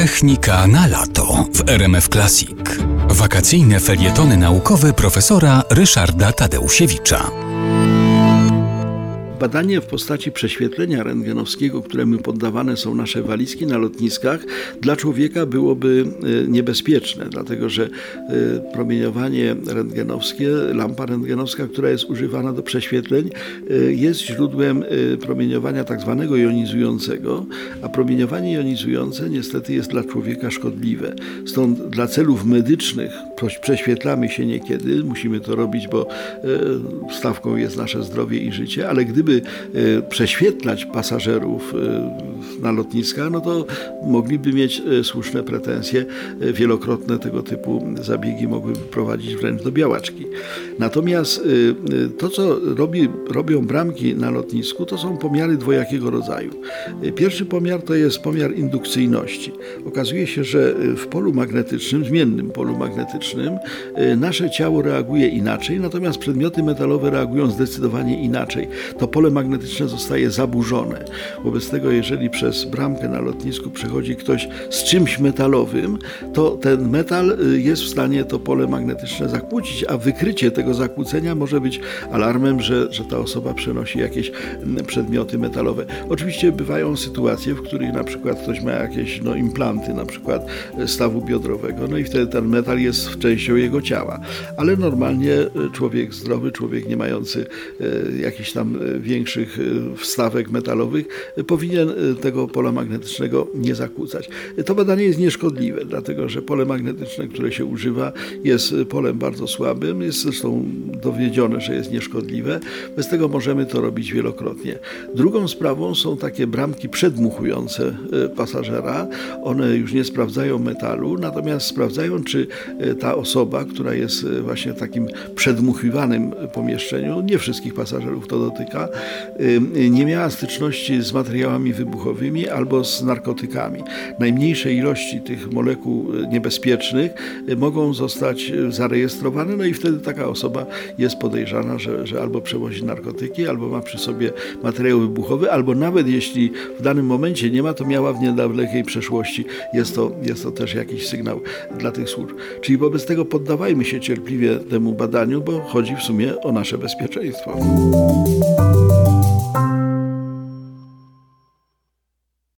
Technika na lato w RMF Classic. Wakacyjne felietony naukowe profesora Ryszarda Tadeusiewicza. Badanie w postaci prześwietlenia rentgenowskiego, któremu poddawane są nasze walizki na lotniskach, dla człowieka byłoby niebezpieczne, dlatego że promieniowanie rentgenowskie, lampa rentgenowska, która jest używana do prześwietleń, jest źródłem promieniowania tak zwanego jonizującego, a promieniowanie jonizujące niestety jest dla człowieka szkodliwe. Stąd dla celów medycznych prześwietlamy się niekiedy, musimy to robić, bo stawką jest nasze zdrowie i życie, ale gdyby prześwietlać pasażerów na lotniskach, no to mogliby mieć słuszne pretensje. Wielokrotne tego typu zabiegi mogłyby prowadzić wręcz do białaczki. Natomiast to, co robią bramki na lotnisku, to są pomiary dwojakiego rodzaju. Pierwszy pomiar to jest pomiar indukcyjności. Okazuje się, że w polu magnetycznym, zmiennym polu magnetycznym, nasze ciało reaguje inaczej, natomiast przedmioty metalowe reagują zdecydowanie inaczej. To pole magnetyczne zostaje zaburzone. Wobec tego, jeżeli przez bramkę na lotnisku przechodzi ktoś z czymś metalowym, to ten metal jest w stanie to pole magnetyczne zakłócić, a wykrycie tego zakłócenia może być alarmem, że ta osoba przenosi jakieś przedmioty metalowe. Oczywiście bywają sytuacje, w których na przykład ktoś ma jakieś implanty, na przykład stawu biodrowego, no i wtedy ten metal jest częścią jego ciała. Ale normalnie człowiek zdrowy, człowiek nie mający jakichś tam większych wstawek metalowych powinien tego pola magnetycznego nie zakłócać. To badanie jest nieszkodliwe, dlatego że pole magnetyczne, które się używa, jest polem bardzo słabym, jest zresztą dowiedzione, że jest nieszkodliwe. Bez tego możemy to robić wielokrotnie. Drugą sprawą są takie bramki przedmuchujące pasażera. One już nie sprawdzają metalu, natomiast sprawdzają, czy ta osoba, która jest właśnie w takim przedmuchiwanym pomieszczeniu, nie wszystkich pasażerów to dotyka, nie miała styczności z materiałami wybuchowymi albo z narkotykami. Najmniejsze ilości tych molekuł niebezpiecznych mogą zostać zarejestrowane, no i wtedy taka osoba jest podejrzana, że albo przewozi narkotyki, albo ma przy sobie materiał wybuchowy, albo nawet jeśli w danym momencie nie ma, to miała w niedalekiej przeszłości. Jest to też jakiś sygnał dla tych służb. Czyli wobec tego poddawajmy się cierpliwie temu badaniu, bo chodzi w sumie o nasze bezpieczeństwo.